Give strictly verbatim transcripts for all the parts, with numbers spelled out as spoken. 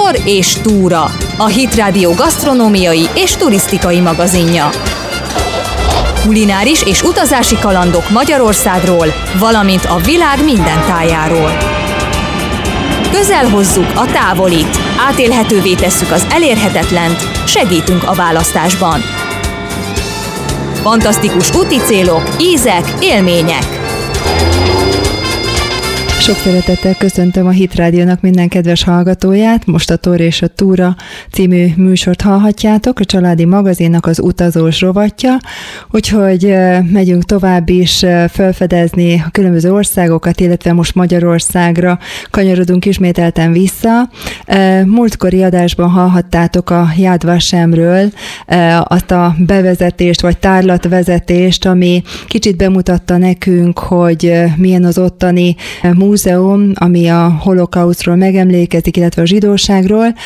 Tor és Túra, a Hit Rádió gasztronómiai és turisztikai magazinja. Kulináris és utazási kalandok Magyarországról, valamint a világ minden tájáról. Közel hozzuk a távolit, átélhetővé tesszük az elérhetetlent, segítünk a választásban. Fantasztikus úti célok, ízek, élmények. Sok szeretettel köszöntöm a Hit Rádiónak minden kedves hallgatóját. Most a Tor és a Túra című műsort hallhatjátok, a családi magazinnak az utazós rovatja, úgyhogy megyünk tovább is felfedezni a különböző országokat, illetve most Magyarországra kanyarodunk ismételten vissza. Múltkori adásban hallhattátok a Yad Vashemről azt a bevezetést, vagy tárlatvezetést, ami kicsit bemutatta nekünk, hogy milyen az ottani múzeum, ami a holokausztról megemlékezik, illetve a zsidóságról,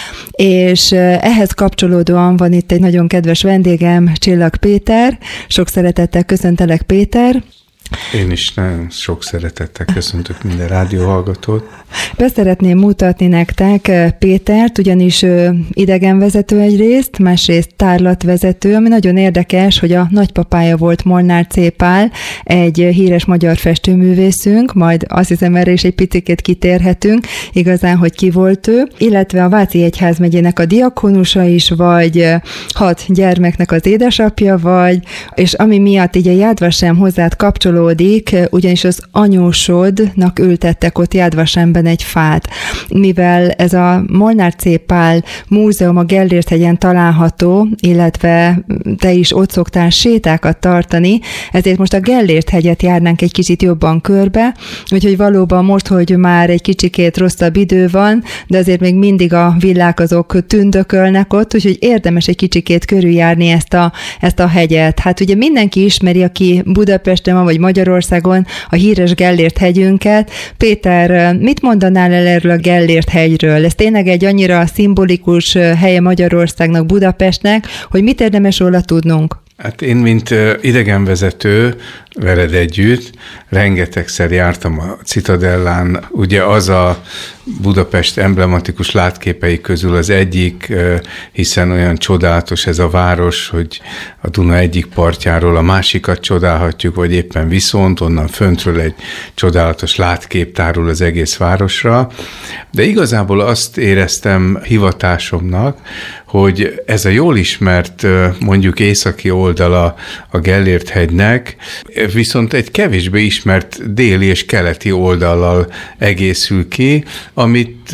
és ehhez kapcsolódóan van itt egy nagyon kedves vendégem, Csillag Péter. Sok szeretettel köszöntelek, Péter. Én is nagyon sok szeretettel köszöntök minden rádióhallgatót. Be szeretném mutatni nektek Pétert, ugyanis idegenvezető egyrészt, másrészt tárlatvezető, ami nagyon érdekes, hogy a nagypapája volt Molnár C. Pál, egy híres magyar festőművészünk, majd azt hiszem erre is egy picikét kitérhetünk, igazán, hogy ki volt ő, illetve a Váci Egyházmegyének a diakonusa is, vagy hat gyermeknek az édesapja vagy, és ami miatt így a Yad Vashem hozzád kapcsolódik, ugyanis az anyósodnak ültettek ott Yad Vashemben egy fát. Mivel ez a Molnár C. Pál múzeum a Gellért-hegyen található, illetve te is ott szoktál sétákat tartani, ezért most a Gellért-hegyet járnánk egy kicsit jobban körbe, úgyhogy valóban most, hogy már egy kicsikét rosszabb idő van, de azért még mindig a villák azok tündökölnek ott, úgyhogy érdemes egy kicsikét körüljárni ezt a, ezt a hegyet. Hát ugye mindenki ismeri, aki Budapesten van, vagy Magyarországon, a híres Gellért-hegyünket. Péter, mit mondanál el erről a Gellért-hegyről? Ez tényleg egy annyira szimbolikus helye Magyarországnak, Budapestnek, hogy mit érdemes róla tudnunk? Hát én, mint idegenvezető, veled együtt, rengetegszer jártam a Citadellán. Ugye az a Budapest emblematikus látképei közül az egyik, hiszen olyan csodálatos ez a város, hogy a Duna egyik partjáról a másikat csodálhatjuk, vagy éppen viszont onnan föntről egy csodálatos látkép tárul az egész városra. De igazából azt éreztem hivatásomnak, hogy ez a jól ismert, mondjuk északi oldala a Gellért-hegynek, viszont egy kevésbé ismert déli és keleti oldallal egészül ki, amit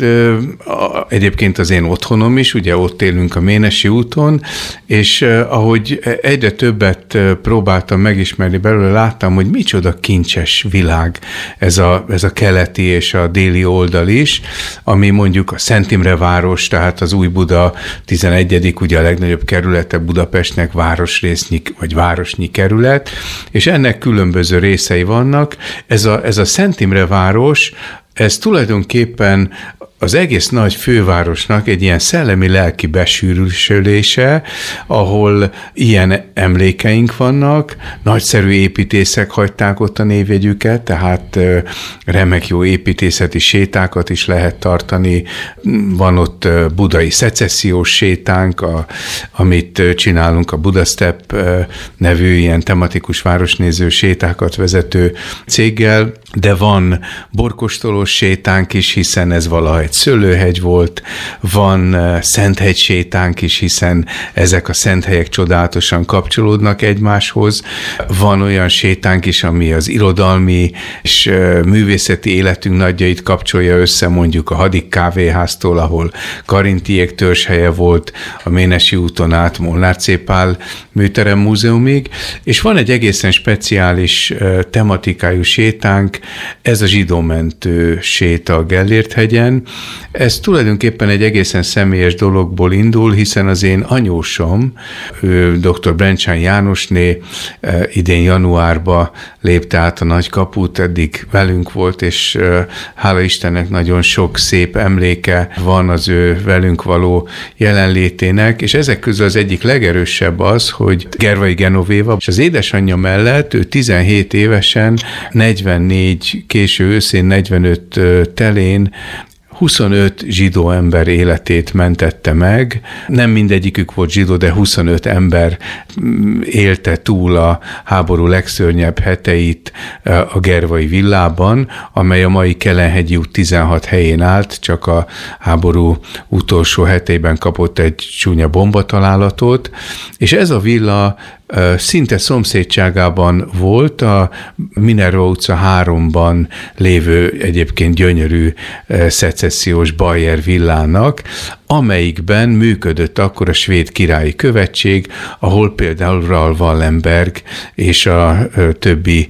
egyébként az én otthonom is, ugye ott élünk a Ménesi úton, és ahogy egyre többet próbáltam megismerni belőle, láttam, hogy micsoda kincses világ ez a, ez a keleti és a déli oldal is, ami mondjuk a Szent Imre város, tehát az Újbuda tizenegyedik ugye a legnagyobb kerülete Budapestnek, városrésznyi vagy városnyi kerület, és ennek különböző részei vannak. Ez a, ez a Szent Imre város, ez tulajdonképpen az egész nagy fővárosnak egy ilyen szellemi-lelki besűrűsölése, ahol ilyen emlékeink vannak, nagyszerű építészek hagyták ott a névjegyüket, tehát remek jó építészeti sétákat is lehet tartani. Van ott budai szecessziós sétánk, a, amit csinálunk a Budastep nevű ilyen tematikus városnéző sétákat vezető céggel, de van borkostolós sétánk is, hiszen ez valahogy egy szőlőhegy volt, van Szenthegy sétánk is, hiszen ezek a szent helyek csodálatosan kapcsolódnak egymáshoz. Van olyan sétánk is, ami az irodalmi és művészeti életünk nagyjait kapcsolja össze, mondjuk a Hadik kávéháztól, ahol Karintiék törzshelye volt, a Ménesi úton át Molnár C. Pál műterem múzeumig, és van egy egészen speciális tematikájú sétánk, ez a zsidómentő séta a Gellért-hegyen. Ez tulajdonképpen egy egészen személyes dologból indul, hiszen az én anyósom, ő dr. Brencsán Jánosné idén januárba lépte át a Nagykaput, eddig velünk volt, és hála Istennek nagyon sok szép emléke van az ő velünk való jelenlétének, és ezek közül az egyik legerősebb az, hogy Gervai Genovéva, és az édesanyja mellett ő tizenhét évesen, negyvennégy késő őszén, negyvenöt telén huszonöt zsidó ember életét mentette meg. Nem mindegyikük volt zsidó, de huszonöt ember élte túl a háború legszörnyebb heteit a Gervai villában, amely a mai Kelenhegyi út tizenhat helyén állt, csak a háború utolsó hetében kapott egy csúnya bombatalálatot, és ez a villa szinte szomszédságában volt a Minerva utca háromban lévő egyébként gyönyörű szecessziós Bayer villának, amelyikben működött akkor a svéd királyi követség, ahol például Raoul Wallenberg és a többi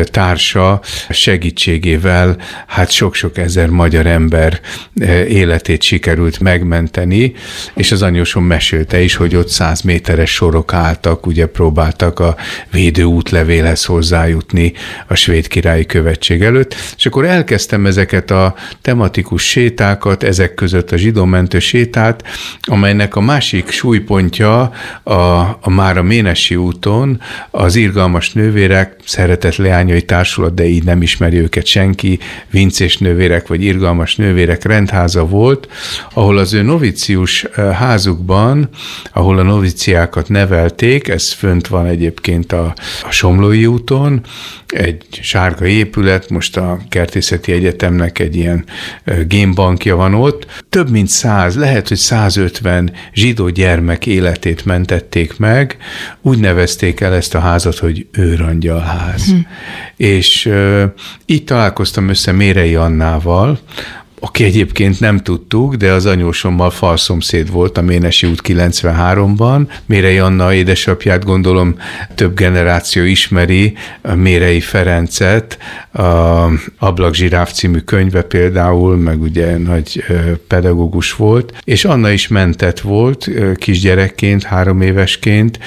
társa segítségével hát sok-sok ezer magyar ember életét sikerült megmenteni, és az anyósom mesélte is, hogy ott száz méteres sorok álltak, ugye próbáltak a védő útlevélhez hozzájutni a svéd királyi követség előtt, és akkor elkezdtem ezeket a tematikus sétákat, ezek között a zsidómentő sétát, amelynek a másik súlypontja a, a már a Ménessy úton az Irgalmas nővérek, Szeretett Leányai Társulat, de így nem ismeri őket senki, Vincés nővérek vagy Irgalmas nővérek rendháza volt, ahol az ő novicius házukban, ahol a noviciákat nevelték, ez fönt van egyébként a, a Somlói úton, egy sárga épület, most a Kertészeti Egyetemnek egy ilyen génbankja van ott. Több mint száz, lehet, hogy százötven zsidó gyermek életét mentették meg, úgy nevezték el ezt a házat, hogy Őrangyalház. Hm. És uh, így találkoztam össze Mérei Annával, aki egyébként nem tudtuk, de az anyósommal falszomszéd volt a Ménessy út kilencvenháromban. Mérei Anna édesapját gondolom több generáció ismeri, a Mérei Ferencet, a Ablakzsiráf című könyve például, meg ugye nagy pedagógus volt, és Anna is mentett volt kisgyerekként, három évesként,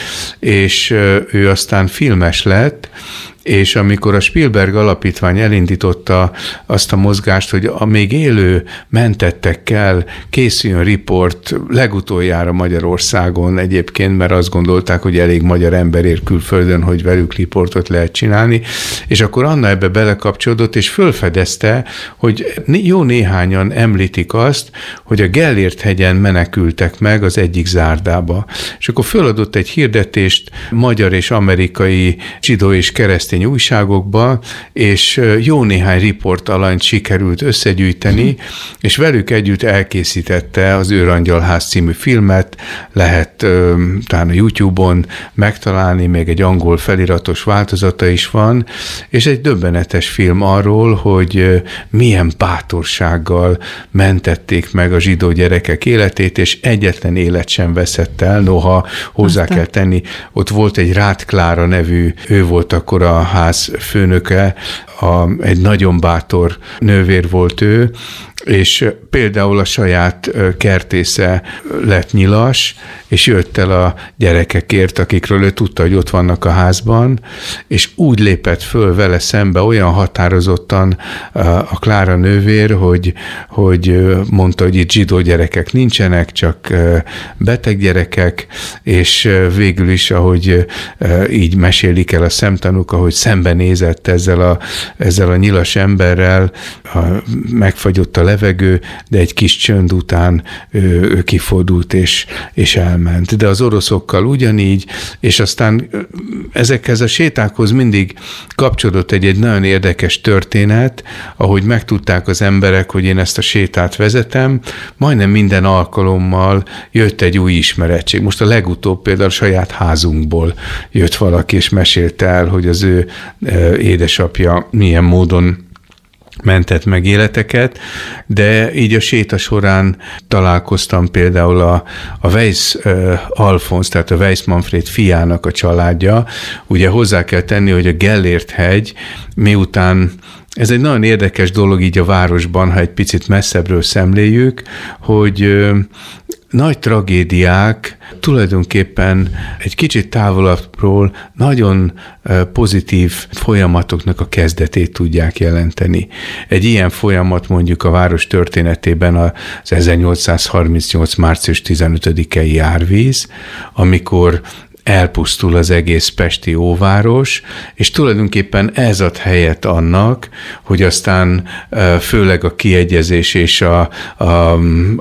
és ő aztán filmes lett, és amikor a Spielberg Alapítvány elindította azt a mozgást, hogy a még élő mentettekkel készüljön riport legutoljára Magyarországon egyébként, mert azt gondolták, hogy elég magyar ember ér külföldön, hogy velük riportot lehet csinálni, és akkor Anna ebbe belekapcsolódott, és fölfedezte, hogy jó néhányan említik azt, hogy a Gellért-hegyen menekültek meg az egyik zárdába. És akkor föladott egy hirdetést magyar és amerikai zsidó és keresztény újságokba, és jó néhány riportalanyt sikerült összegyűjteni, és velük együtt elkészítette az Őrangyalház című filmet, lehet talán a YouTube-on megtalálni, még egy angol feliratos változata is van, és egy döbbenetes film arról, hogy milyen bátorsággal mentették meg a zsidó gyerekek életét, és egyetlen élet sem veszett el, noha hozzá Aztán. kell tenni, ott volt egy Ráth Klára nevű, ő volt akkor a ház főnöke, a, egy nagyon bátor nővér volt ő, és például a saját kertésze lett nyilas, és jött el a gyerekekért, akikről ő tudta, hogy ott vannak a házban, és úgy lépett föl vele szembe olyan határozottan a Klára nővér, hogy, hogy mondta, hogy itt zsidó gyerekek nincsenek, csak beteg gyerekek, és végül is, ahogy így mesélik el a szemtanúk, ahogy szembenézett ezzel a, ezzel a nyilas emberrel, megfagyott a levegő, de egy kis csönd után ő, ő kifordult és, és elment. De az oroszokkal ugyanígy, és aztán ezekhez a sétákhoz mindig kapcsolódott egy, egy nagyon érdekes történet, ahogy megtudták az emberek, hogy én ezt a sétát vezetem, majdnem minden alkalommal jött egy új ismerettség. Most a legutóbb például a saját házunkból jött valaki, és mesélte el, hogy az ő édesapja milyen módon mentett meg életeket, de így a séta során találkoztam például a, a Weiss uh, Alfons, tehát a Weiss Manfred fiának a családja. Ugye hozzá kell tenni, hogy a Gellért-hegy miután ez egy nagyon érdekes dolog így a városban, ha egy picit messzebbről szemléljük, hogy uh, nagy tragédiák tulajdonképpen egy kicsit távolabbról nagyon pozitív folyamatoknak a kezdetét tudják jelenteni. Egy ilyen folyamat mondjuk a város történetében az ezernyolcszázharmincnyolc. március tizenötödikei árvíz, amikor elpusztul az egész pesti óváros, és tulajdonképpen ez ad helyet annak, hogy aztán főleg a kiegyezés és a, a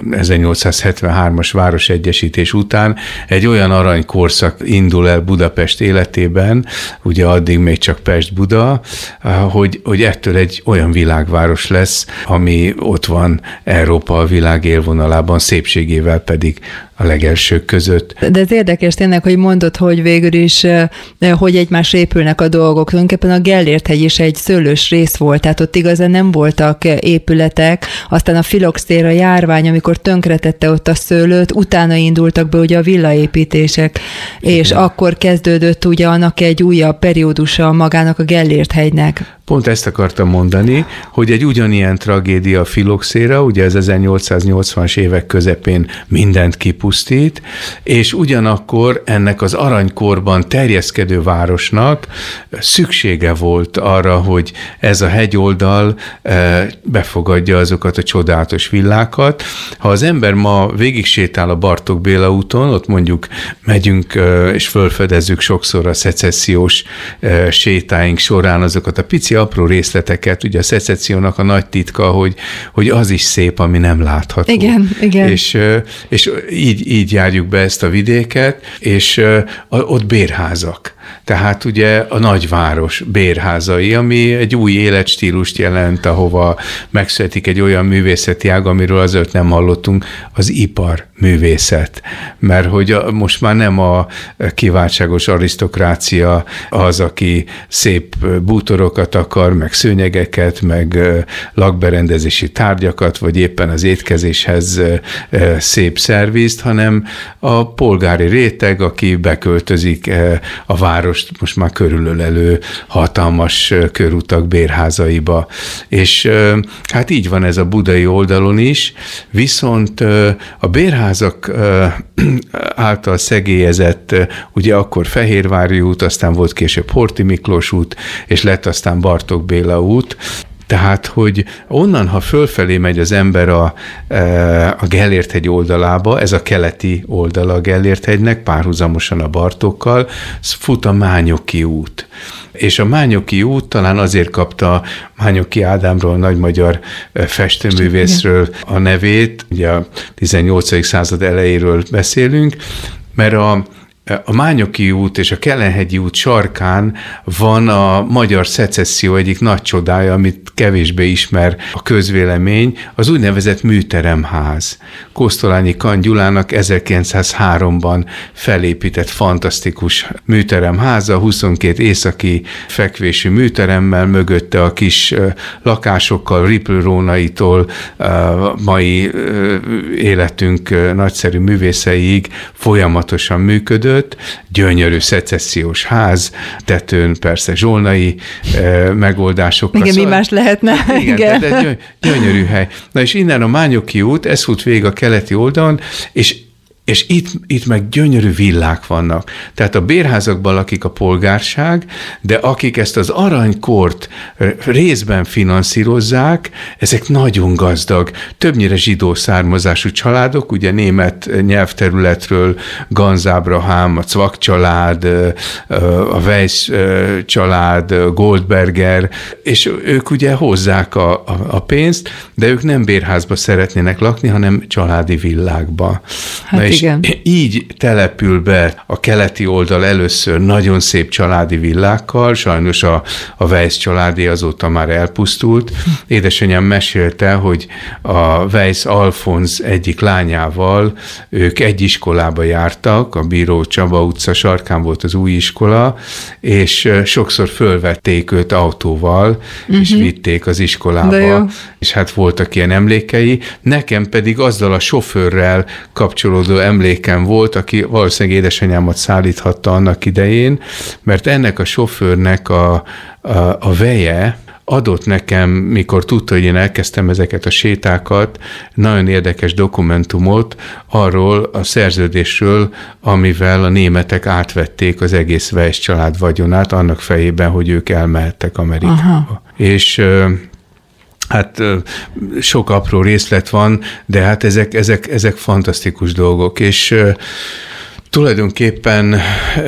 ezernyolcszázhetvenhármas városegyesítés után egy olyan aranykorszak indul el Budapest életében, ugye addig még csak Pest-Buda, hogy, hogy ettől egy olyan világváros lesz, ami ott van Európa a világ élvonalában, szépségével pedig a legelsők között. De ez érdekes tényleg, hogy mondod, hogy végül is, hogy egymásra épülnek a dolgok. Tulajdonképpen a Gellért-hegy is egy szőlős rész volt, tehát ott igazán nem voltak épületek, aztán a filoxéra járvány, amikor tönkretette ott a szőlőt, utána indultak be ugye a villaépítések, igen. És akkor kezdődött ugye annak egy újabb periódusa magának a Gellért-hegynek. Pont ezt akartam mondani, hogy egy ugyanilyen tragédia a filoxéra, ugye ez ezernyolcszáznyolcvanas évek közepén mindent kipusztít, és ugyanakkor ennek az aranykorban terjeszkedő városnak szüksége volt arra, hogy ez a hegyoldal befogadja azokat a csodálatos villákat. Ha az ember ma végig sétál a Bartók Béla úton, ott mondjuk megyünk és fölfedezzük sokszor a szecessziós sétáink során azokat a pici apró részleteket, ugye a szecessziónak a nagy titka, hogy, hogy az is szép, ami nem látható. Igen, igen. És, és így, így járjuk be ezt a vidéket, és ott bérházak. Tehát ugye a nagyváros bérházai, ami egy új életstílust jelent, ahova megszületik egy olyan művészeti ág, amiről azért nem hallottunk, az iparművészet. Mert hogy a, most már nem a kiváltságos arisztokrácia az, aki szép bútorokat akar, meg szőnyegeket, meg lakberendezési tárgyakat, vagy éppen az étkezéshez szép szervizt, hanem a polgári réteg, aki beköltözik a várost most már körülölelő hatalmas körutak bérházaiba. És hát így van ez a budai oldalon is, viszont a bérházak által szegélyezett, ugye akkor Fehérvári út, aztán volt később Horthy Miklós út, és lett aztán Bartók Béla út. Tehát, hogy onnan, ha fölfelé megy az ember a, a Gellért-hegy oldalába, ez a keleti oldala a Gellért-hegynek, párhuzamosan a Bartókkal, fut a Mányoki út. És a Mányoki út talán azért kapta Mányoki Ádámról, a nagy magyar festőművészről a nevét, ugye a tizennyolcadik század elejéről beszélünk, mert a A Mányoki út és a Kellenhegyi út sarkán van a magyar szecesszió egyik nagy csodája, amit kevésbé ismer a közvélemény, az úgynevezett műteremház. Kosztolányi Kan Gyulának ezerkilencszázháromban felépített fantasztikus műteremháza, huszonkét északi fekvésű műteremmel, mögötte a kis lakásokkal, Riplő-Rónaitól mai életünk nagyszerű művészeiig folyamatosan működött. Gyönyörű szecessziós ház, tetőn persze zsolnai e, megoldásokkal. Igen, szóval, mi más lehetne. Igen, igen. De, de gyönyörű hely. Na és innen a Mányoki út, ez fut végig a keleti oldalon, és És itt, itt meg gyönyörű villák vannak. Tehát a bérházakban lakik a polgárság, de akik ezt az aranykort részben finanszírozzák, ezek nagyon gazdag, többnyire zsidó származású családok, ugye német nyelvterületről Ganz Ábrahám, a Cvak család, a Weiss család, Goldberger, és ők ugye hozzák a, a, a pénzt, de ők nem bérházba szeretnének lakni, hanem családi villákba. Hát és így települ be a keleti oldal először nagyon szép családi villákkal, sajnos a, a Weiss családé azóta már elpusztult. Édesanyám mesélte, hogy a Weiss Alfonz egyik lányával ők egy iskolába jártak, a Bíró Csaba utca sarkán volt az új iskola, és sokszor fölvették őt autóval, uh-huh. és vitték az iskolába, és hát voltak ilyen emlékei. Nekem pedig azzal a sofőrrel kapcsolódó emlékem volt, aki valószínűleg édesanyámat szállíthatta annak idején, mert ennek a sofőrnek a, a, a veje adott nekem, mikor tudta, hogy én elkezdtem ezeket a sétákat, nagyon érdekes dokumentumot arról a szerződésről, amivel a németek átvették az egész Weiss család vagyonát, annak fejében, hogy ők elmehettek Amerikába. Aha. És hát sok apró részlet van, de hát ezek, ezek, ezek fantasztikus dolgok, és Tulajdonképpen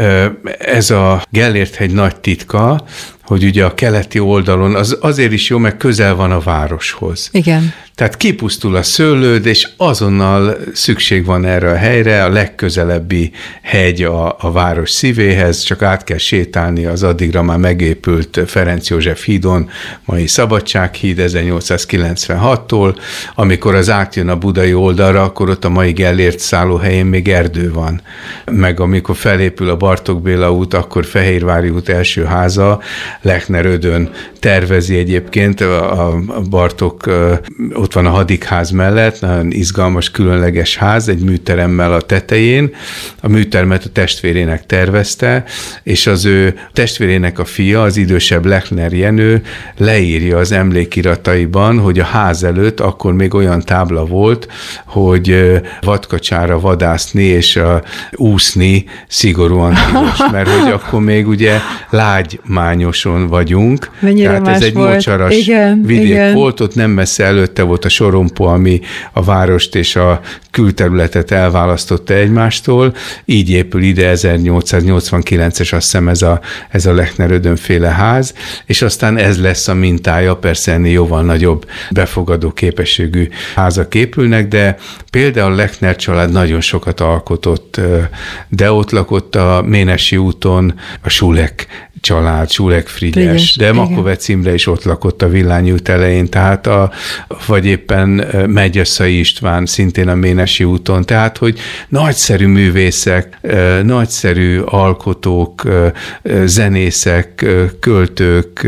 ez a Gellért-hegy nagy titka, hogy ugye a keleti oldalon az azért is jó, mert közel van a városhoz. Igen. Tehát kipusztul a szőlőd, és azonnal szükség van erre a helyre, a legközelebbi hegy a, a város szívéhez, csak át kell sétálni az addigra már megépült Ferenc József hídon, mai Szabadsághíd ezernyolcszázkilencvenhattól, amikor az átjön a budai oldalra, akkor ott a mai Gellért szállóhelyén még erdő van. Meg amikor felépül a Bartók Béla út, akkor Fehérvári út első háza, Lechner Ödön tervezi egyébként, a Bartók, ott van a Hadikház mellett, nagyon izgalmas, különleges ház, egy műteremmel a tetején. A műtermet a testvérének tervezte, és az ő testvérének a fia, az idősebb Lechner Jenő leírja az emlékirataiban, hogy a ház előtt akkor még olyan tábla volt, hogy vadkacsára vadászni és úszni szigorúan tilos, mert hogy akkor még ugye lágymányoson vagyunk. Mennyire tehát ez egy volt. mocsaras igen, vidék igen. volt, ott nem messze előtte volt a Sorompó, ami a várost és a külterületet elválasztotta egymástól. Így épül ide ezernyolcszáznyolcvankilences, azt hiszem ez a, ez a Lechner Ödön-féle ház, és aztán ez lesz a mintája, persze ennél jóval nagyobb befogadó képességű házak épülnek, de például a Lechner család nagyon sokat alkotott, de ott lakott a Ménesi úton a Sulek család, Sulek Frigyes, Frigyes, de Makovec Imre is ott lakott a Villányi út elején, tehát a, vagy éppen Megyasszai István, szintén a Ménesi úton, tehát, hogy nagyszerű művészek, nagyszerű alkotók, zenészek, költők,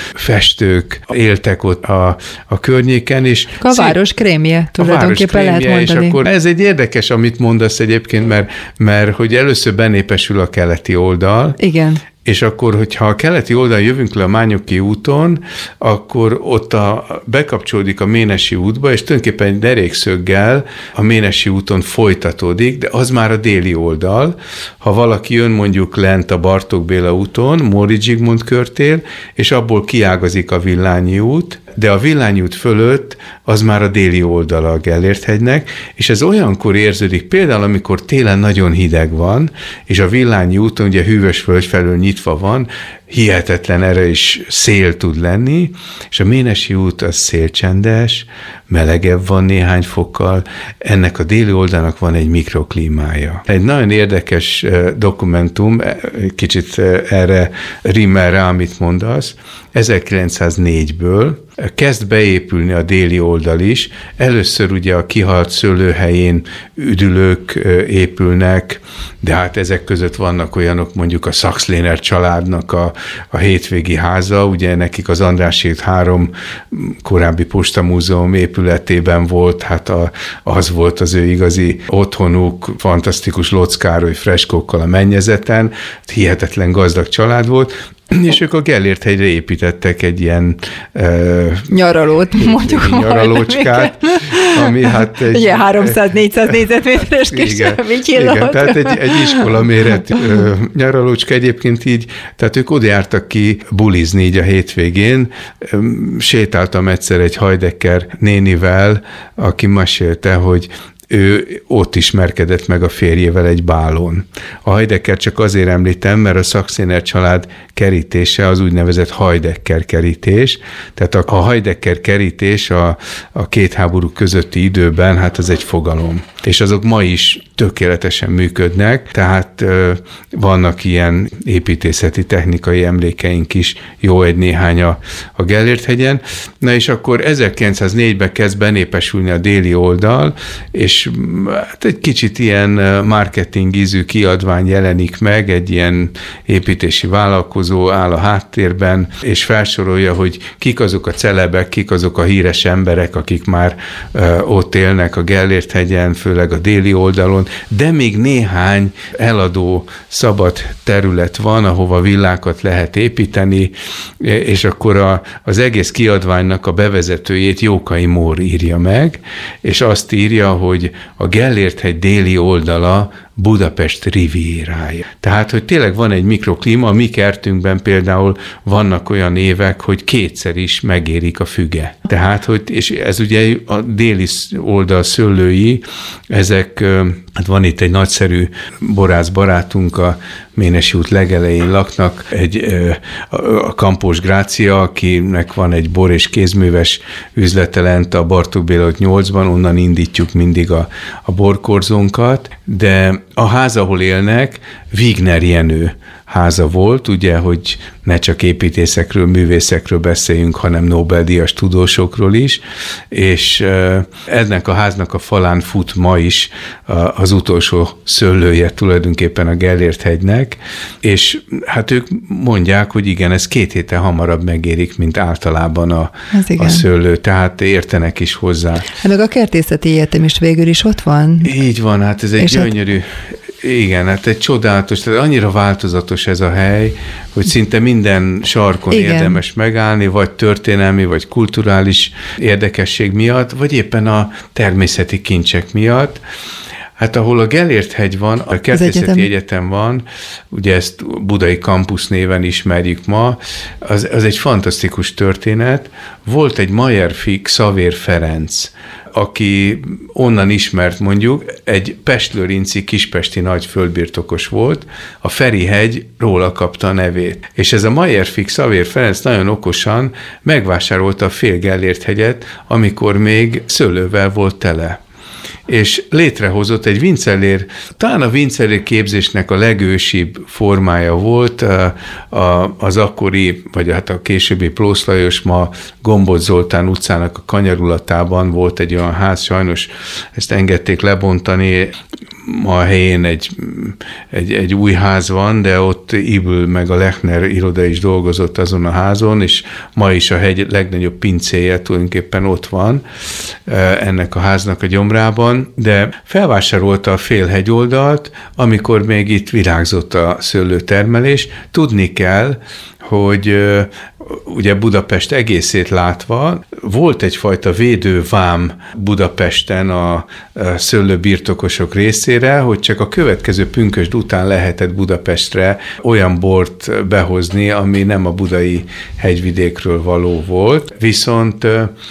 festők éltek ott a, a környéken, és a város krémje, tulajdonképpen lehet mondani. És akkor ez egy érdekes, amit mondasz egyébként, mert, mert hogy először benépesül a keleti oldal. Igen. És akkor, hogyha a keleti oldalon jövünk le a Mányoki úton, akkor ott a, bekapcsolódik a Ménesi útba, és tulajdonképpen egy derékszöggel a Ménesi úton folytatódik, de az már a déli oldal. Ha valaki jön mondjuk lent a Bartók Béla úton, Móricz Zsigmond körtér, és abból kiágazik a Villányi út, de a Villányi út fölött az már a déli oldala a Gellért-hegynek, és ez olyankor érződik, például amikor télen nagyon hideg van, és a Villányi úton ugye hűvös völgy felől nyitva van, hihetetlen erre is szél tud lenni, és a Ménesi út az szélcsendes, melegebb van néhány fokkal, ennek a déli oldalnak van egy mikroklímája. Egy nagyon érdekes dokumentum, kicsit erre rimmel rá, amit mondasz, ezerkilencszáznégyből kezd beépülni a déli oldal is. Először ugye a kihalt szőlőhelyén üdülők épülnek, de hát ezek között vannak olyanok, mondjuk a Sachs-Lehner családnak a, a hétvégi háza, ugye nekik az András híd három korábbi postamúzeum épületében volt, hát a, az volt az ő igazi otthonuk, fantasztikus Lotz Károly freskókkal a mennyezeten, hihetetlen gazdag család volt, és ők a Gellért-hegyre építettek egy ilyen uh, nyaralót, mondjuk nyaralócskát, ami hát egy... Ugye háromszáz-négyszáz négyzetméteres kis vigyillat. Igen, tehát egy, egy iskola méret uh, nyaralócska egyébként így, tehát ők oda jártak ki bulizni így a hétvégén. Um, sétáltam egyszer egy Heidecker nénivel, aki mesélte, hogy ő ott ismerkedett meg a férjével egy bálon. A Heidecker csak azért említem, mert a Sachs-Lehner család kerítése az úgynevezett Heidecker kerítés. Tehát a, a Heidecker kerítés a, a két háború közötti időben, hát az egy fogalom. És azok ma is tökéletesen működnek, tehát ö, vannak ilyen építészeti technikai emlékeink is, jó egy néhány a, a Gellért-hegyen. Na és akkor ezerkilencszáznégyben kezd benépesülni a déli oldal, és hát egy kicsit ilyen marketing ízű kiadvány jelenik meg, egy ilyen építési vállalkozó áll a háttérben, és felsorolja, hogy kik azok a celebek, kik azok a híres emberek, akik már ö, ott élnek a Gellért-hegyen, főleg a déli oldalon, de még néhány eladó szabad terület van, ahova villákat lehet építeni, és akkor a, az egész kiadványnak a bevezetőjét Jókai Mór írja meg, és azt írja, hogy a Gellért-hegy déli oldala Budapest riviérája. Tehát, hogy tényleg van egy mikroklíma, a mi kertünkben például vannak olyan évek, hogy kétszer is megérik a füge. Tehát, hogy, és ez ugye a déli oldal szőlői, ezek, hát van itt egy nagyszerű borász barátunk, a Ménesi út legelején laknak, egy a Kampós Grácia, akinek van egy bor és kézműves üzlete lent a Bartók Béla nyolcban, onnan indítjuk mindig a, a borkorzónkat, de a ház, ahol élnek, Wigner Jenő háza volt, ugye, hogy ne csak építészekről, művészekről beszéljünk, hanem Nobel-díjas tudósokról is, és ennek a háznak a falán fut ma is az utolsó szőlője tulajdonképpen a Gellért-hegynek, és hát ők mondják, hogy igen, ez két héten hamarabb megérik, mint általában a, a szőlő, tehát értenek is hozzá. Hát meg a kertészeti egyetem is végül is ott van. Így van, hát ez egy és gyönyörű... Hát... Igen, hát egy csodálatos, tehát annyira változatos ez a hely, hogy szinte minden sarkon igen. érdemes megállni, vagy történelmi, vagy kulturális érdekesség miatt, vagy éppen a természeti kincsek miatt. Hát ahol a Gellért-hegy van, a Kertészeti egyetem. egyetem van, ugye ezt Budai Campus néven ismerjük ma, az, az egy fantasztikus történet. Volt egy Mayer-fig Szavér Ferenc, aki onnan ismert mondjuk, egy pestlőrinci kispesti nagy földbirtokos volt, a Ferihegy róla kapta a nevét. És ez a Mayer-fig Szavér Ferenc nagyon okosan megvásárolta a fél Gellért-hegyet, amikor még szőlővel volt tele. És létrehozott egy Vincellér, talán a Vincellér képzésnek a legősibb formája volt, a, a, az akkori, vagy hát a későbbi Plósz Lajos, ma Gombóc Zoltán utcának a kanyarulatában volt egy olyan ház, sajnos ezt engedték lebontani, ma a helyén egy, egy, egy új ház van, de ott Ibl meg a Lechner iroda is dolgozott azon a házon, és ma is a hegy legnagyobb pincéje tulajdonképpen ott van ennek a háznak a gyomrában, de felvásárolta a fél hegyoldalt, amikor még itt virágzott a szőlőtermelés. Tudni kell, hogy ugye Budapest egészét látva volt egyfajta védővám Budapesten a szőlőbirtokosok részére, hogy csak a következő pünkösd után lehetett Budapestre olyan bort behozni, ami nem a budai hegyvidékről való volt. Viszont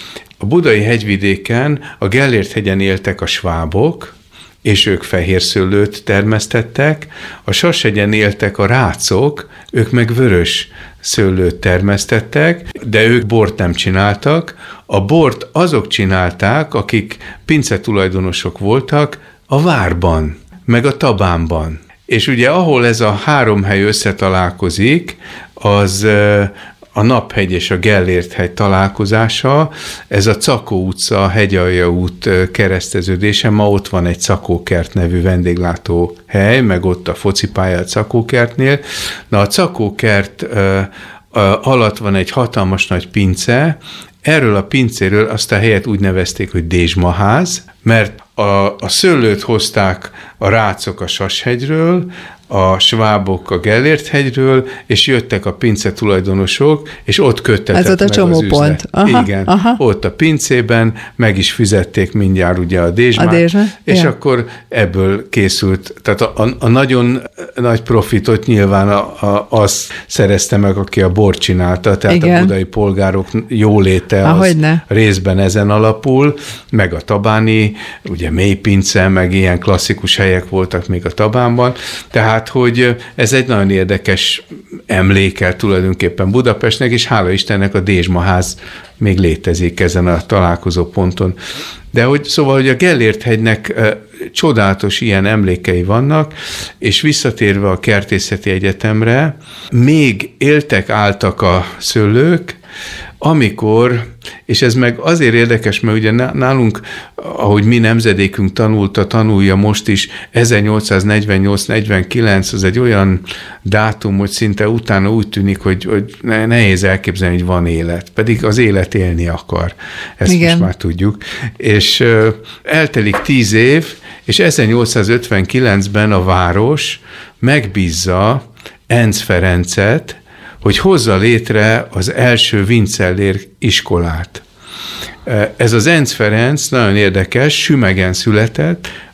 a budai hegyvidéken, a Gellért-hegyen éltek a svábok, és ők fehér szőlőt termesztettek, a Sashegyen éltek a rácok, ők meg vörös szőlőt termesztettek, de ők bort nem csináltak. A bort azok csinálták, akik pincetulajdonosok voltak a várban, meg a Tabánban. És ugye ahol ez a három hely összetalálkozik, az a Naphegy és a Gellért-hegy találkozása, ez a Cakó utca, a Hegyalja út kereszteződése, ma ott van egy Cakókert nevű vendéglátó hely, meg ott a focipálya a Cakókertnél. Na a Cakókert alatt van egy hatalmas nagy pince, erről a pincéről azt a helyet úgy nevezték, hogy Dézsmaház, mert a, a szőlőt hozták a rácok a Sashegyről, a svábok a Gellért-hegyről, és jöttek a pince tulajdonosok, és ott köttetett meg az csomó üzlet. Pont. Aha, Igen, aha. Ott a pincében meg is fizették mindjárt ugye a dézsmát, a dézsma, és ja. akkor ebből készült, tehát a, a, a nagyon nagy profitot nyilván a, a, az szerezte meg, aki a bort csinálta, tehát igen. a budai polgárok jóléte az részben ezen alapul, meg a tabáni, ugye mélypince, meg ilyen klasszikus helyek voltak még a Tabánban, tehát hogy ez egy nagyon érdekes emlékel tulajdonképpen Budapestnek, és hála Istennek a Dézsmaház még létezik ezen a találkozó ponton. De hogy szóval, hogy a Gellért-hegynek csodálatos ilyen emlékei vannak, és visszatérve a Kertészeti Egyetemre, még éltek, álltak a szőlők, amikor, és ez meg azért érdekes, mert ugye nálunk, ahogy mi nemzedékünk tanulta, tanulja most is, ezernyolcszáznegyvennyolc negyvenkilenc, az egy olyan dátum, hogy szinte utána úgy tűnik, hogy, hogy nehéz elképzelni, hogy van élet. Pedig az élet élni akar. Ezt igen. most már tudjuk. És eltelik tíz év, és ezernyolcszázötvenkilencben a város megbízza Encz Ferencet, hogy hozza létre az első Vincellér iskolát. Ez az Encz Ferenc nagyon érdekes, Sümegen született,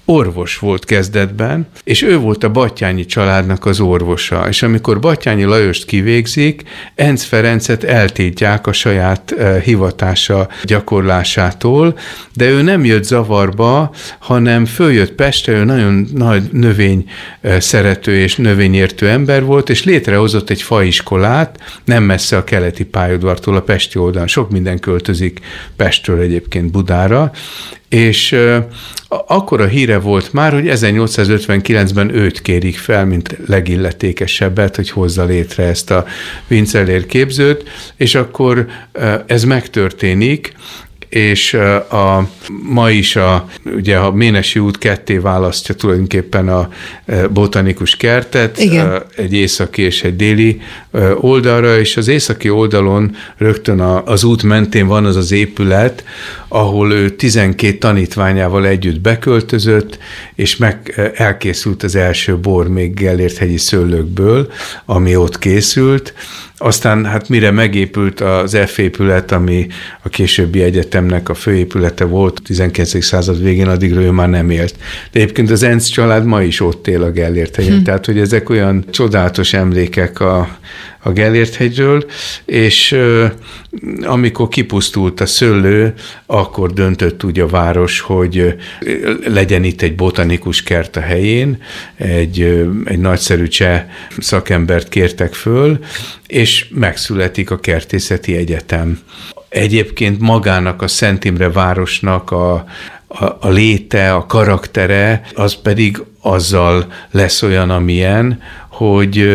orvos volt kezdetben, és ő volt a Batthyány családnak az orvosa. És amikor Batthyány Lajost kivégzik, Encz Ferencet eltiltják a saját hivatása gyakorlásától, de ő nem jött zavarba, hanem följött Pestre, ő nagyon nagy növény szerető és növényértő ember volt, és létrehozott egy faiskolát, nem messze a keleti pályaudvartól, a pesti oldalon. Sok minden költözik Pestről egyébként Budára, és akkor a híre volt már, hogy ezernyolcszázötvenkilencben őt kérik fel, mint legilletékesebbet, hogy hozza létre ezt a Vincellér képzőt, és akkor ez megtörténik, és a, ma is a, ugye a Ménesi út ketté választja tulajdonképpen a botanikus kertet, igen, egy északi és egy déli oldalra, és az északi oldalon rögtön az út mentén van az az épület, ahol ő tizenkét tanítványával együtt beköltözött, és meg elkészült az első bor még Gellérthegyi szőlőkből, ami ott készült. Aztán hát mire megépült az F épület, ami a későbbi egyetemnek a főépülete volt, a tizenkilencedik század végén, addigra ő már nem élt. De egyébként az Encz család ma is ott él a Gellérthegyen, hm. tehát hogy ezek olyan csodálatos emlékek a, a Gellérthegyről, és euh, amikor kipusztult a szőlő, akkor döntött úgy a város, hogy legyen itt egy botanikus kert a helyén, egy, egy nagyszerű cseh szakembert kértek föl, és megszületik a Kertészeti Egyetem. Egyébként magának a Szent Imre városnak a, a, a léte, a karaktere, az pedig azzal lesz olyan, amilyen, hogy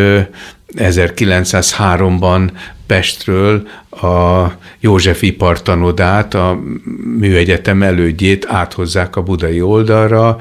ezerkilencszázháromban Pestről a József ipartanodát, a műegyetem elődjét áthozzák a budai oldalra,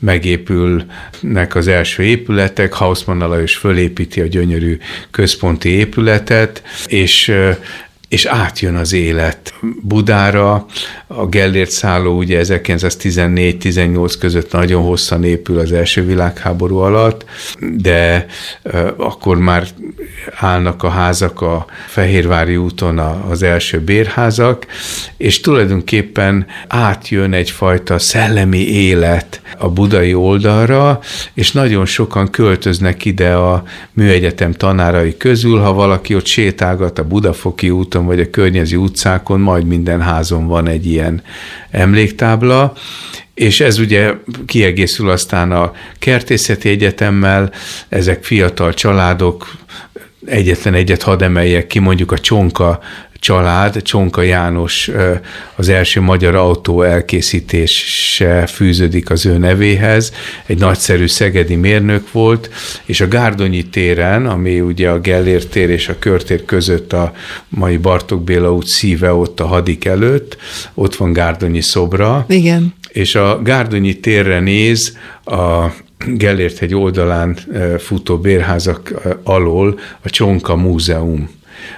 megépülnek az első épületek, Hausmann Lajos fölépíti a gyönyörű központi épületet, és és átjön az élet Budára. A Gellért szálló ugye ezerkilencszáztizennégy-tizennyolc között nagyon hosszan épül az első világháború alatt, de akkor már állnak a házak a Fehérvári úton, az első bérházak, és tulajdonképpen átjön egyfajta szellemi élet a budai oldalra, és nagyon sokan költöznek ide a műegyetem tanárai közül, ha valaki ott sétálgat a Budafoki úton, vagy a környező utcákon, majd minden házon van egy ilyen emléktábla, és ez ugye kiegészül aztán a Kertészeti Egyetemmel, ezek fiatal családok, egyetlen egyet hadd emeljek ki, mondjuk a Csonka család, Csonka János az első magyar autó elkészítése fűződik az ő nevéhez, egy nagyszerű szegedi mérnök volt, és a Gárdonyi téren, ami ugye a Gellért tér és a Körtér között a mai Bartók Béla út szíve, ott a Hadik előtt, ott van Gárdonyi szobra. Igen. És a Gárdonyi térre néz a Gellérthegy oldalán futó bérházak alól a Csonka Múzeum,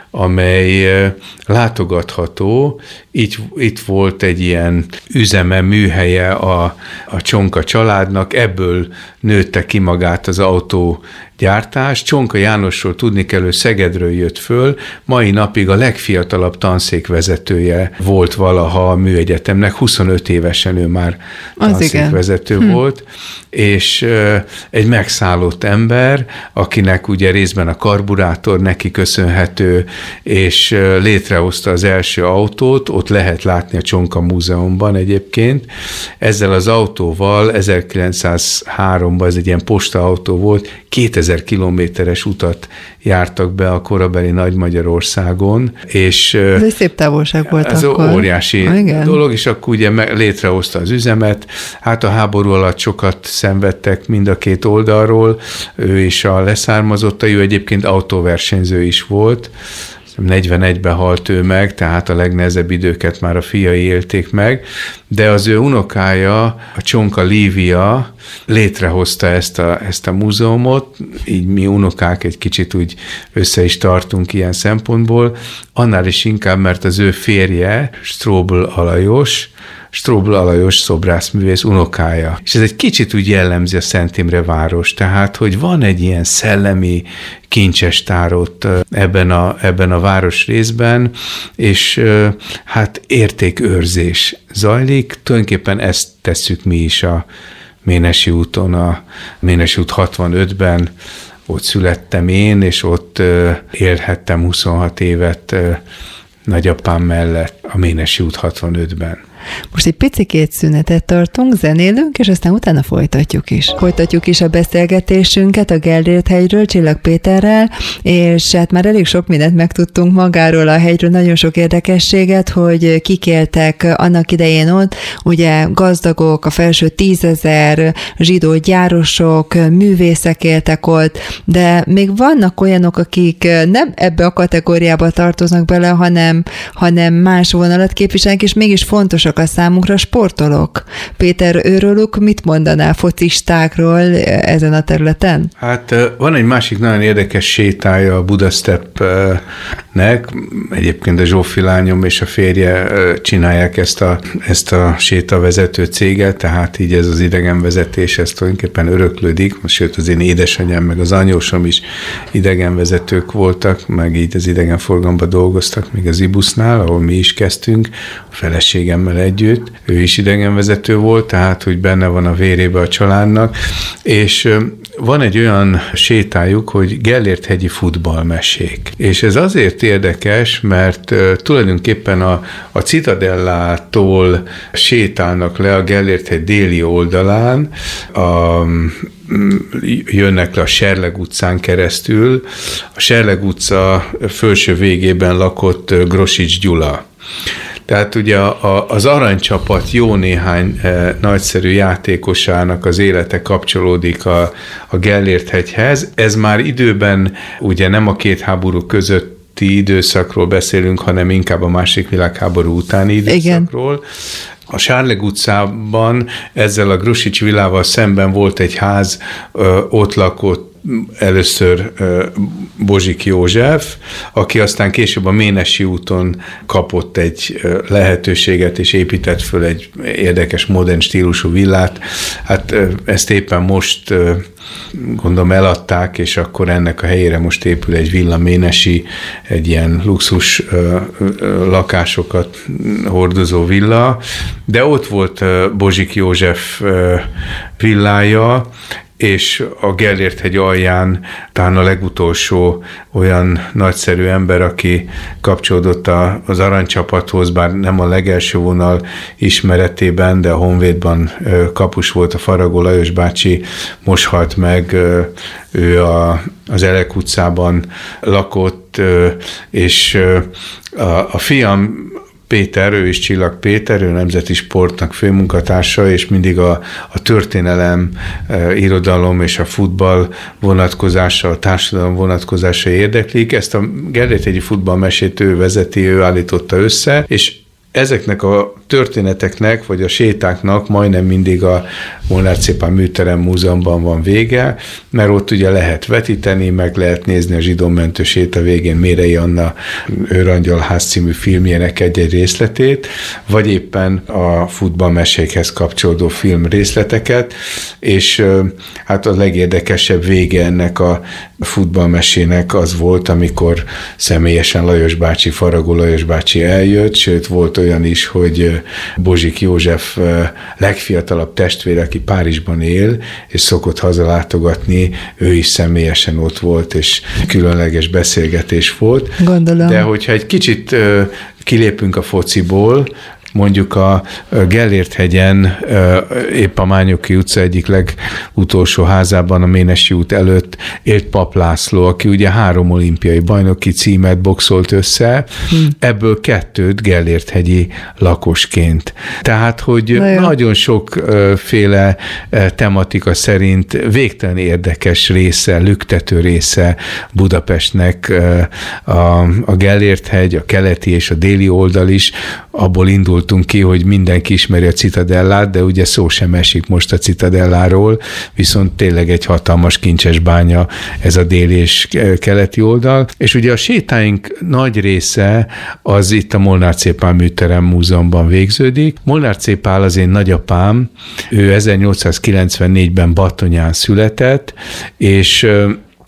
amely látogatható. Itt, itt volt egy ilyen üzeme, műhelye a, a Csonka családnak, ebből nőtte ki magát az autógyártás. Csonka Jánosról tudni kell, ő Szegedről jött föl, mai napig a legfiatalabb tanszékvezetője volt valaha a műegyetemnek, huszonöt évesen ő már tanszékvezető hm. volt, és egy megszállott ember, akinek ugye részben a karburátor neki köszönhető, és létrehozta az első autót, ott lehet látni a Csonka Múzeumban egyébként. Ezzel az autóval ezerkilencszázháromban, ez egy ilyen postaautó volt, kétezer kilométeres utat jártak be a korabeli Nagy-Magyarországon, és ez egy szép távolság volt ez akkor. óriási ah, dolog, és akkor ugye létrehozta az üzemet. Hát a háború alatt sokat szenvedtek mind a két oldalról, ő is a leszármazottai, ő egyébként autóversenyző is volt, negyvenegyben halt ő meg, tehát a legnehezebb időket már a fiai élték meg, de az ő unokája, a Csonka Lívia létrehozta ezt a, ezt a múzeumot, így mi unokák egy kicsit úgy össze is tartunk ilyen szempontból, annál is inkább, mert az ő férje, Strobl Alajos, Strobl Alajos szobrászművész unokája. És ez egy kicsit úgy jellemzi a Szent Imre város, tehát, hogy van egy ilyen szellemi kincsestár ott ebben a, ebben a városrészben, és hát értékőrzés zajlik, tulajdonképpen ezt tesszük mi is a Ménesi úton, a Ménesi út hatvanötben, ott születtem én, és ott élhettem huszonhat évet nagyapám mellett a Ménesi út hatvanötben. Most egy picikét szünetet tartunk, zenélünk, és aztán utána folytatjuk is. Folytatjuk is a beszélgetésünket a Gellért hegyről, Csillag Péterrel, és hát már elég sok mindent megtudtunk magáról a hegyről, nagyon sok érdekességet, hogy kik éltek annak idején ott, ugye gazdagok, a felső tízezer, zsidó gyárosok, művészek éltek ott, de még vannak olyanok, akik nem ebbe a kategóriába tartoznak bele, hanem, hanem más vonalat képviselnek, és mégis fontosak a számunkra sportolók. Péter, őróluk mit mondanál focistákról ezen a területen? Hát van egy másik nagyon érdekes sétája a Budastepnek. Egyébként a Zsófi lányom és a férje csinálják ezt a, ezt a sétavezető céget, tehát így ez az idegenvezetés, ez tulajdonképpen öröklődik. Sőt, az én édesanyám meg az anyósom is idegenvezetők voltak, meg így az idegenforgalomban dolgoztak, még az Ibusznál, ahol mi is kezdtünk, a feleségemmel együtt. Ő is idegenvezető volt, tehát hogy benne van a vérébe a családnak, és van egy olyan sétájuk, hogy Gellért-hegyi futballmesék. És ez azért érdekes, mert tulajdonképpen a, a Citadellától sétálnak le a Gellért-hegy déli oldalán, a jönnek le a Serleg utcán keresztül. A Serleg utca felső végében lakott Grosics Gyula. Tehát ugye a, az aranycsapat jó néhány e, nagyszerű játékosának az élete kapcsolódik a, a Gellért-hegyhez. Ez már időben ugye nem a két háború közötti időszakról beszélünk, hanem inkább a második világháború utáni időszakról. Igen. A Sárleg utcában ezzel a Grosics villával szemben volt egy ház, ott lakott először Bozsik József, aki aztán később a Ménesi úton kapott egy lehetőséget, és épített föl egy érdekes, modern stílusú villát. Hát ezt éppen most gondolom eladták, és akkor ennek a helyére most épül egy villa Ménesi, egy ilyen luxus lakásokat hordozó villa, de ott volt Bozsik József villája, és a Gellért-hegy alján talán a legutolsó olyan nagyszerű ember, aki kapcsolódott a, az aranycsapathoz, bár nem a legelső vonal ismeretében, de a Honvédban kapus volt, a Faragó Lajos bácsi, most halt meg, ő a, az Elek utcában lakott, és a, a fiam Péter, ő is Csillag Péter, ő Nemzeti Sportnak főmunkatársa, és mindig a, a történelem, e, irodalom és a futball vonatkozása, a társadalom vonatkozása érdeklik. Ezt a Gellért-hegyi futballmesét ő vezeti, ő állította össze, és ezeknek a történeteknek, vagy a sétáknak majdnem mindig a Molnár Cépán Műterem Múzeumban van vége, mert ott ugye lehet vetíteni, meg lehet nézni a zsidómentő séta végén Mérei Anna Őrangyalház című filmjének egy-egy részletét, vagy éppen a futballmesékhez kapcsolódó film részleteket, és hát a legérdekesebb vége ennek a futballmesének az volt, amikor személyesen Lajos bácsi, Faragó Lajos bácsi eljött, sőt volt olyan is, hogy Bozsik József legfiatalabb testvére, aki Párizsban él, és szokott hazalátogatni, ő is személyesen ott volt, és különleges beszélgetés volt. Gondolom. De hogyha egy kicsit kilépünk a fociból, mondjuk a Gellért-hegyen, épp a Mányoki utca egyik legutolsó házában, a Ménesi út előtt élt Pap László, aki ugye három olimpiai bajnoki címet boxolt össze, hmm. ebből kettőt Gellért-hegyi lakosként. Tehát, hogy Na nagyon sokféle tematika szerint végtelen érdekes része, lüktető része Budapestnek a, a Gellért-hegy, a keleti és a déli oldal is, abból indultunk ki, hogy mindenki ismeri a Citadellát, de ugye szó sem esik most a Citadelláról, viszont tényleg egy hatalmas kincses bánya ez a déli és keleti oldal. És ugye a sétáink nagy része az itt a Molnár Cépán Műterem Múzeumban végződik. Molnár Cépál az én nagyapám, ő ezernyolcszázkilencvennégyben Battonyán született, és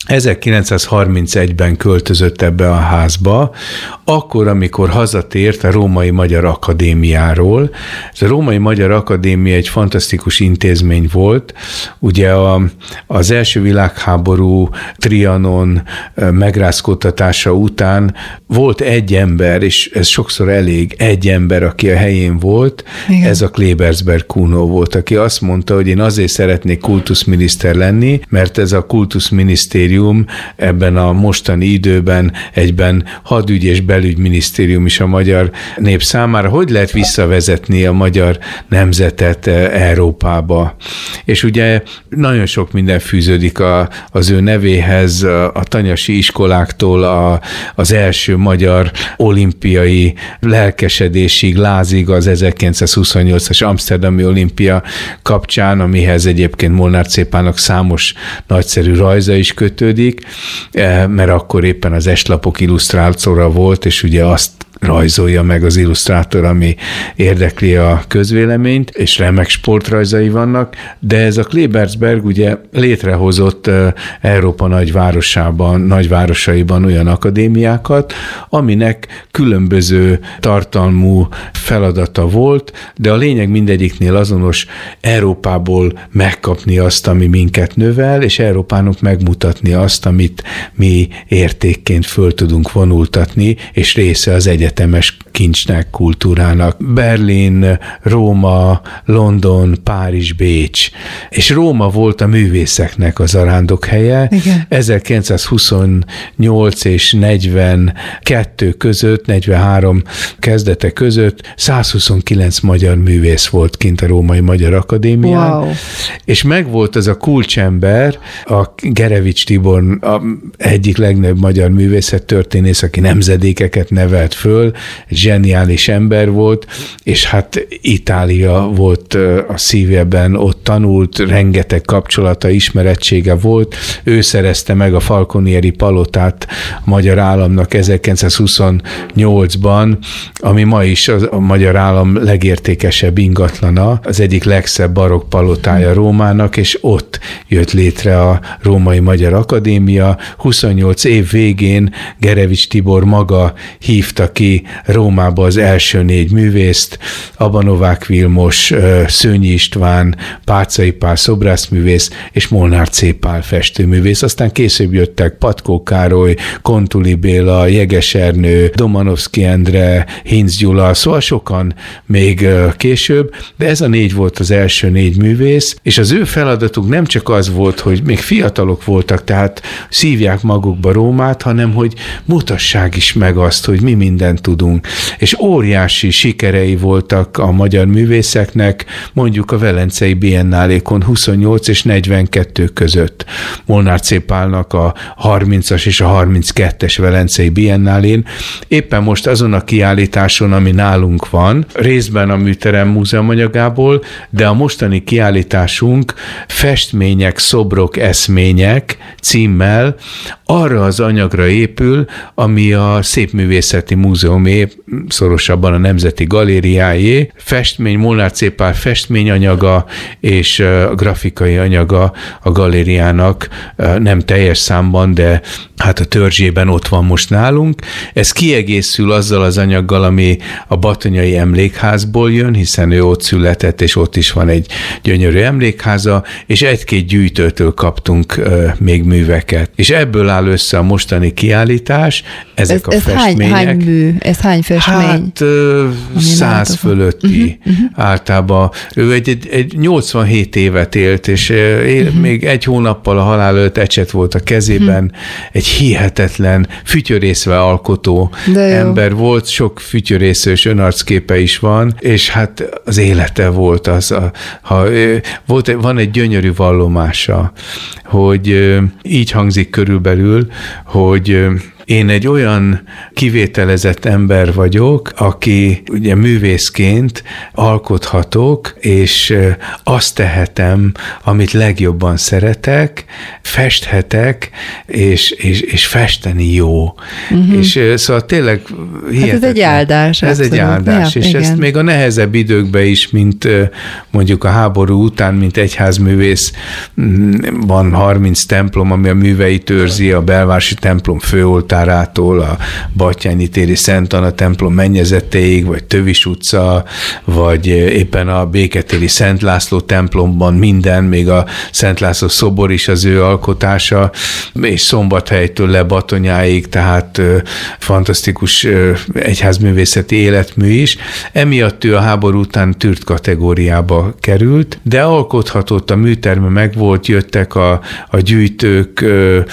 ezerkilencszázharmincegyben költözött ebbe a házba, akkor, amikor hazatért a Római Magyar Akadémiáról. Ez a Római Magyar Akadémia egy fantasztikus intézmény volt. Ugye a, az első világháború Trianon megrázkódtatása után volt egy ember, és ez sokszor elég, egy ember, aki a helyén volt, igen. Ez a Klebersberg Kuno volt, aki azt mondta, hogy én azért szeretnék kultuszminiszter lenni, mert ez a kultuszminisztérium ebben a mostani időben egyben hadügy és belügyminisztérium is a magyar nép számára. Hogy lehet visszavezetni a magyar nemzetet Európába? És ugye nagyon sok minden fűződik a, az ő nevéhez, a, a tanyasi iskoláktól a, az első magyar olimpiai lelkesedésig, lázig az ezerkilencszázhuszonnyolcas amszterdami olimpia kapcsán, amihez egyébként Molnár Cépának számos nagyszerű rajza is kötődik, mert akkor éppen az estlapok illusztrátora volt, és ugye azt rajzolja meg az illusztrátor, ami érdekli a közvéleményt, és remek sportrajzai vannak, de ez a Klebersberg ugye létrehozott Európa nagyvárosában, nagyvárosaiban olyan akadémiákat, aminek különböző tartalmú feladata volt, de a lényeg mindegyiknél azonos: Európából megkapni azt, ami minket növel, és Európának megmutatni azt, amit mi értékként föl tudunk vonultatni, és része az egyetemes kincsnek, kultúrának. Berlin, Róma, London, Párizs, Bécs. És Róma volt a művészeknek az arándokhelye. Igen. ezerkilencszázhuszonnyolc és negyvenkettő között, negyvenhárom kezdete között százhuszonkilenc magyar művész volt kint a Római Magyar Akadémián. Wow. És megvolt az a kulcsember, a Gerevics Tibor, a egyik legnagyobb magyar művészettörténész, aki nemzedékeket nevelt föl, egy zseniális ember volt, és hát Itália volt a szívében, ott tanult, rengeteg kapcsolata, ismerettsége volt. Ő szerezte meg a Falconieri palotát a magyar államnak ezerkilencszázhuszonnyolcban, ami ma is a magyar állam legértékesebb ingatlana, az egyik legszebb barokk palotája Rómának, és ott jött létre a Római Magyar Akadémia. huszonnyolc év végén Gerevics Tibor maga hívta ki Rómába az első négy művészt: Aba Novák Vilmos, Szőnyi István, Páczai Pál szobrászművész és Molnár Cépál festőművész. Aztán később jöttek Patkó Károly, Kontuli Béla, Jeges Ernő, Domanovszky Endre, Hinz Gyula, szóval sokan még később, de ez a négy volt az első négy művész, és az ő feladatuk nem csak az volt, hogy még fiatalok voltak, tehát szívják magukba Rómát, hanem hogy mutassák is meg azt, hogy mi mindent tudunk. És óriási sikerei voltak a magyar művészeknek, mondjuk a Velencei Biennálékon huszonnyolc és negyvenkettő között. Molnár Cépálnak a harmincas és a harminckettes Velencei Biennálén. Éppen most azon a kiállításon, ami nálunk van, részben a Műterem Múzeum anyagából, de a mostani kiállításunk Festmények, szobrok, eszmények címmel arra az anyagra épül, ami a Szépművészeti Múzeumé, szorosabban a Nemzeti Galériájé. Festmény, Molnár Cépál festményanyaga és a grafikai anyaga a galériának nem teljes számban, de hát a törzsében ott van most nálunk. Ez kiegészül azzal az anyaggal, ami a Batonyai Emlékházból jön, hiszen ő ott született, és ott is van egy gyönyörű emlékháza, és egy-két gyűjtőtől kaptunk uh, még műveket. És ebből áll össze a mostani kiállítás, ezek ez, a ez festmények. Hány, hány mű? Ez hány festmény? Hát uh, száz fölötti uh-huh, uh-huh. általában. Ő egy, egy, egy nyolcvanhét évet élt, és él, uh-huh. még egy hónappal a halál előtt ecset volt a kezében, uh-huh. egy hihetetlen, fütyörészve alkotó ember volt, sok fütyörészős önarcképe is van, és hát az élete volt az, a, ha, volt, van egy gyönyörű vallomása, hogy így hangzik körülbelül, hogy én egy olyan kivételezett ember vagyok, aki ugye művészként alkothatok, és azt tehetem, amit legjobban szeretek, festhetek, és, és, és festeni jó. Uh-huh. És szóval tényleg hihetetlen. Hát ez egy áldás. Ez abszolút. egy áldás, Ja, és igen. ezt még a nehezebb időkben is, mint mondjuk a háború után, mint egyházművész, van harminc templom, ami a műveit őrzi, a belvárosi templom főoltárától, a Batthyány téri Szent Anna templom mennyezetéig, vagy Tövis utca, vagy éppen a Béketéri Szent László templomban minden, még a Szent László szobor is az ő alkotása, és Szombathelytől le Batonyáig, tehát fantasztikus egyházművészeti életmű is. Emiatt ő a háború után tűrt kategóriába került, de alkothatott, a műterme megvolt, jöttek a, a gyűjtők,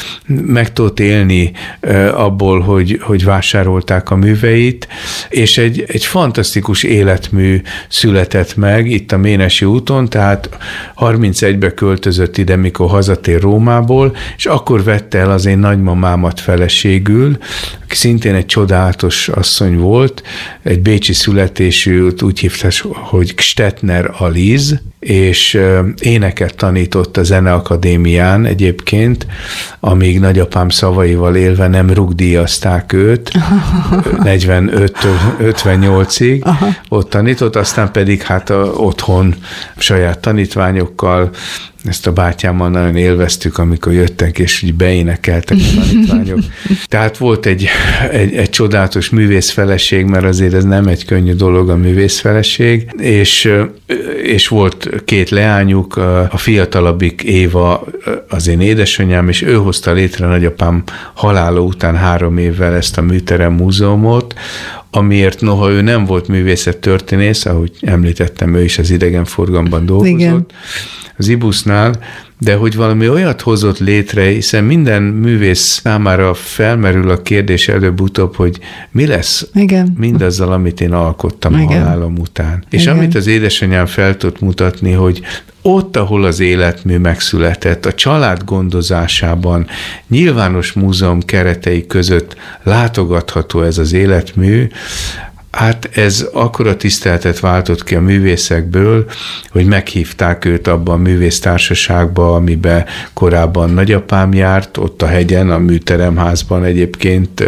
meg tudott élni abból, hogy, hogy vásárolták a műveit, és egy, egy fantasztikus életmű született meg itt a Ménesi úton, tehát harmincegyben költözött ide, mikor hazatér Rómából, és akkor vette el az én nagymamámat feleségül, aki szintén egy csodálatos asszony volt, egy bécsi születésű, úgy hívták, hogy Stetner Aliz, és éneket tanított a Zeneakadémián egyébként, amíg nagyapám szavaival élve nem rugdíjazták őt, negyvenöttől ötvennyolcig ott tanított, aztán pedig hát a, otthon saját tanítványokkal, ezt a bátyámmal nagyon élveztük, amikor jöttek, és így beénekeltek a tanítványok. Tehát volt egy, egy, egy csodálatos művészfeleség, mert azért ez nem egy könnyű dolog a művészfeleség, és, és volt két leányuk, a fiatalabbik Éva az én édesanyám, és ő hozta létre nagyapám halála után három évvel ezt a műterem múzeumot, amiért noha ő nem volt művészettörténész, ahogy említettem, ő is az idegenforgalomban dolgozott, igen, az IBUS-nál, de hogy valami olyat hozott létre, hiszen minden művész számára felmerül a kérdés előbb-utóbb, hogy mi lesz igen. mindazzal, amit én alkottam igen. a halálom után. És igen. amit az édesanyám fel tudott mutatni, hogy ott, ahol az életmű megszületett, a család gondozásában, nyilvános múzeum keretei között látogatható ez az életmű, hát ez akkora tiszteletet váltott ki a művészekből, hogy meghívták őt abba a művésztársaságba, amiben korábban nagyapám járt, ott a hegyen, a műteremházban egyébként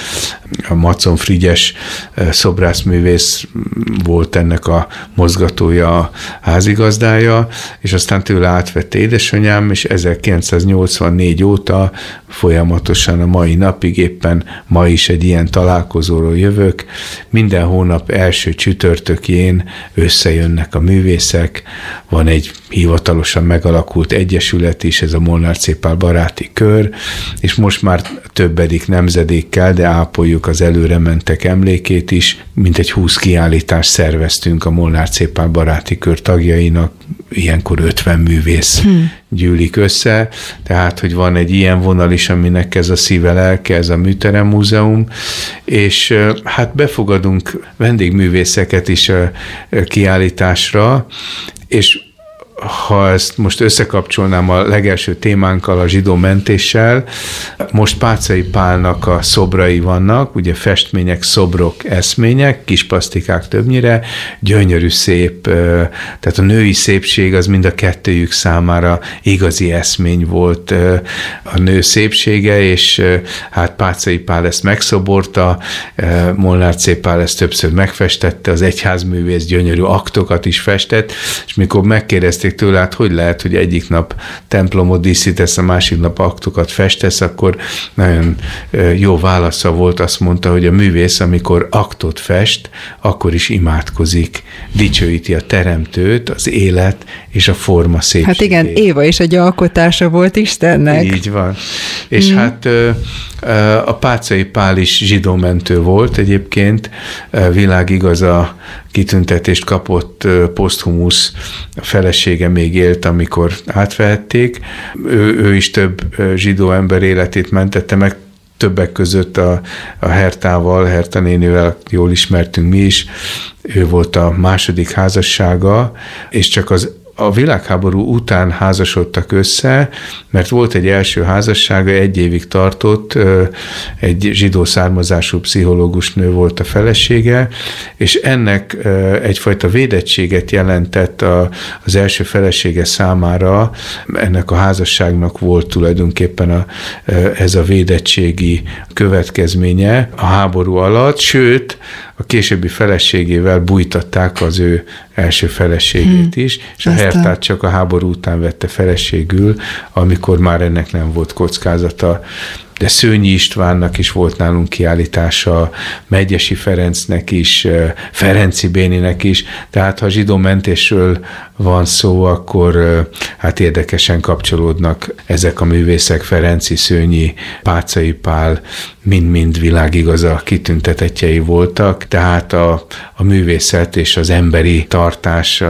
a Macon Frigyes szobrászművész volt ennek a mozgatója, a házigazdája, és aztán tőle átvette édesanyám, és ezerkilencszáznyolcvannégy óta folyamatosan a mai napig, éppen ma is egy ilyen találkozóról jövök, minden hónap első csütörtökjén összejönnek a művészek, van egy hivatalosan megalakult egyesület is, ez a Molnár C. Pál baráti kör, és most már többedik nemzedékkel, de ápoljuk az előrementek emlékét is, mint egy húsz kiállítást szerveztünk a Molnár C. Pál baráti kör tagjainak, ilyenkor ötven művész hmm. gyűlik össze, tehát, hogy van egy ilyen vonal is, aminek ez a szíve lelke, ez a Műterem Múzeum, és hát befogadunk vendégművészeket is a kiállításra, és ha ezt most összekapcsolnám a legelső témánkkal, a zsidó mentéssel, most Páczai Pálnak a szobrai vannak, ugye festmények, szobrok, eszmények, kis plasztikák többnyire, gyönyörű szép, tehát a női szépség az mind a kettőjük számára igazi eszmény volt a nő szépsége, és hát Páczai Pál ezt megszoborta, Molnár C. Pál ezt többször megfestette, az egyházművész gyönyörű aktokat is festett, és mikor megkérdezték tőle, hát hogy lehet, hogy egyik nap templomot díszítesz, a másik nap aktokat festesz, akkor nagyon jó válasza volt, azt mondta, hogy a művész, amikor aktot fest, akkor is imádkozik, dicsőíti a teremtőt, az élet és a forma szépségét. Hát igen, Éva is egy alkotása volt Istennek. Így van. És mm. hát a Páczai Pál is zsidómentő volt egyébként, világigaza kitüntetést kapott, poszthumusz, a felesége még élt, amikor átvehették. Ő, ő is több zsidó ember életét mentette meg, többek között a, a Hertával, Herta nénivel jól ismertünk mi is. Ő volt a második házassága, és csak az a világháború után házasodtak össze, mert volt egy első házassága, egy évig tartott, egy zsidó származású pszichológus nő volt a felesége, és ennek egyfajta védettséget jelentett az első felesége számára, ennek a házasságnak volt tulajdonképpen a, ez a védettségi következménye a háború alatt, sőt, a későbbi feleségével bújtatták az ő első feleségét hmm. is, és a Hertát csak a háború után vette feleségül, amikor már ennek nem volt kockázata. De Szőnyi Istvánnak is volt nálunk kiállítása, Medgyessy Ferencnek is, Ferenci Béninek is, tehát ha zsidó mentésről van szó, akkor hát érdekesen kapcsolódnak ezek a művészek, Ferenci, Szőnyi, Páczai Pál, mind-mind világigaza kitüntetettjei voltak, tehát a, a művészet és az emberi tartás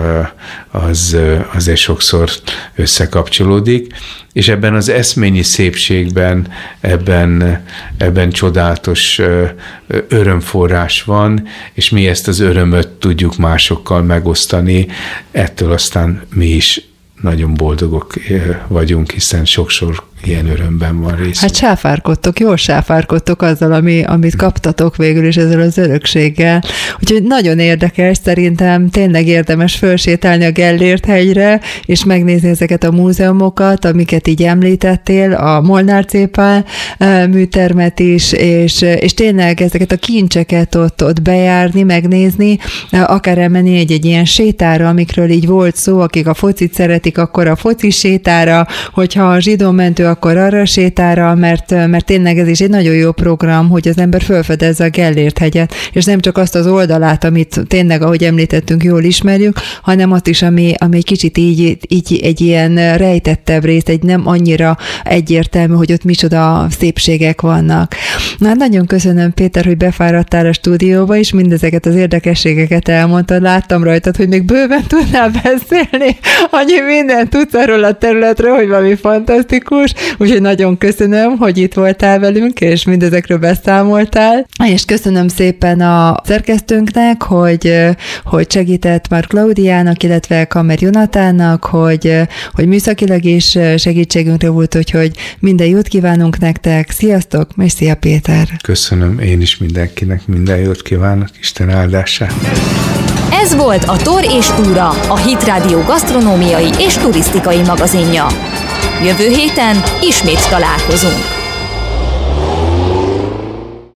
az azért sokszor összekapcsolódik, és ebben az eszményi szépségben, ebben, ebben csodálatos örömforrás van, és mi ezt az örömöt tudjuk másokkal megosztani, ettől aztán mi is nagyon boldogok vagyunk, hiszen sokszor ilyen örömben van részünk. Hát sáfárkodtok, jól sáfárkodtok azzal, ami, amit kaptatok végül is ezzel az örökséggel. Úgyhogy nagyon érdekes, szerintem tényleg érdemes fölsétálni a Gellért hegyre, és megnézni ezeket a múzeumokat, amiket így említettél, a Molnár C. Pál műtermet is, és, és tényleg ezeket a kincseket ott, ott bejárni, megnézni, akár elmenni egy-egy ilyen sétára, amikről így volt szó, akik a focit szeretik, akkor a foci sétára, hogyha a zsidó mentő, akkor arra a sétára, mert, mert tényleg ez is egy nagyon jó program, hogy az ember felfedezze a Gellért hegyet, és nem csak azt az oldalát, amit tényleg, ahogy említettünk, jól ismerjük, hanem azt is, ami, ami egy kicsit így, így egy ilyen rejtettebb rész, egy nem annyira egyértelmű, hogy ott micsoda szépségek vannak. Na, nagyon köszönöm, Péter, hogy befáradtál a stúdióba, és mindezeket az érdekességeket elmondtad. Láttam rajtad, hogy még bőven tudnál beszélni, annyi mindent tudsz arról a területről, hogy valami fantasztikus. Úgyhogy nagyon köszönöm, hogy itt voltál velünk, és mindezekről beszámoltál. És köszönöm szépen a szerkesztőnknek, hogy, hogy segített már Klaudiának, illetve Kammer Jonatánnak, hogy, hogy műszakilag is segítségünkre volt, úgyhogy minden jót kívánunk nektek. Sziasztok, és szia Péter! Köszönöm, én is mindenkinek minden jót kívánok, Isten áldását! Ez volt a Tor és Túra, a Hit Rádió gasztronómiai és turisztikai magazinja. Jövő héten ismét találkozunk.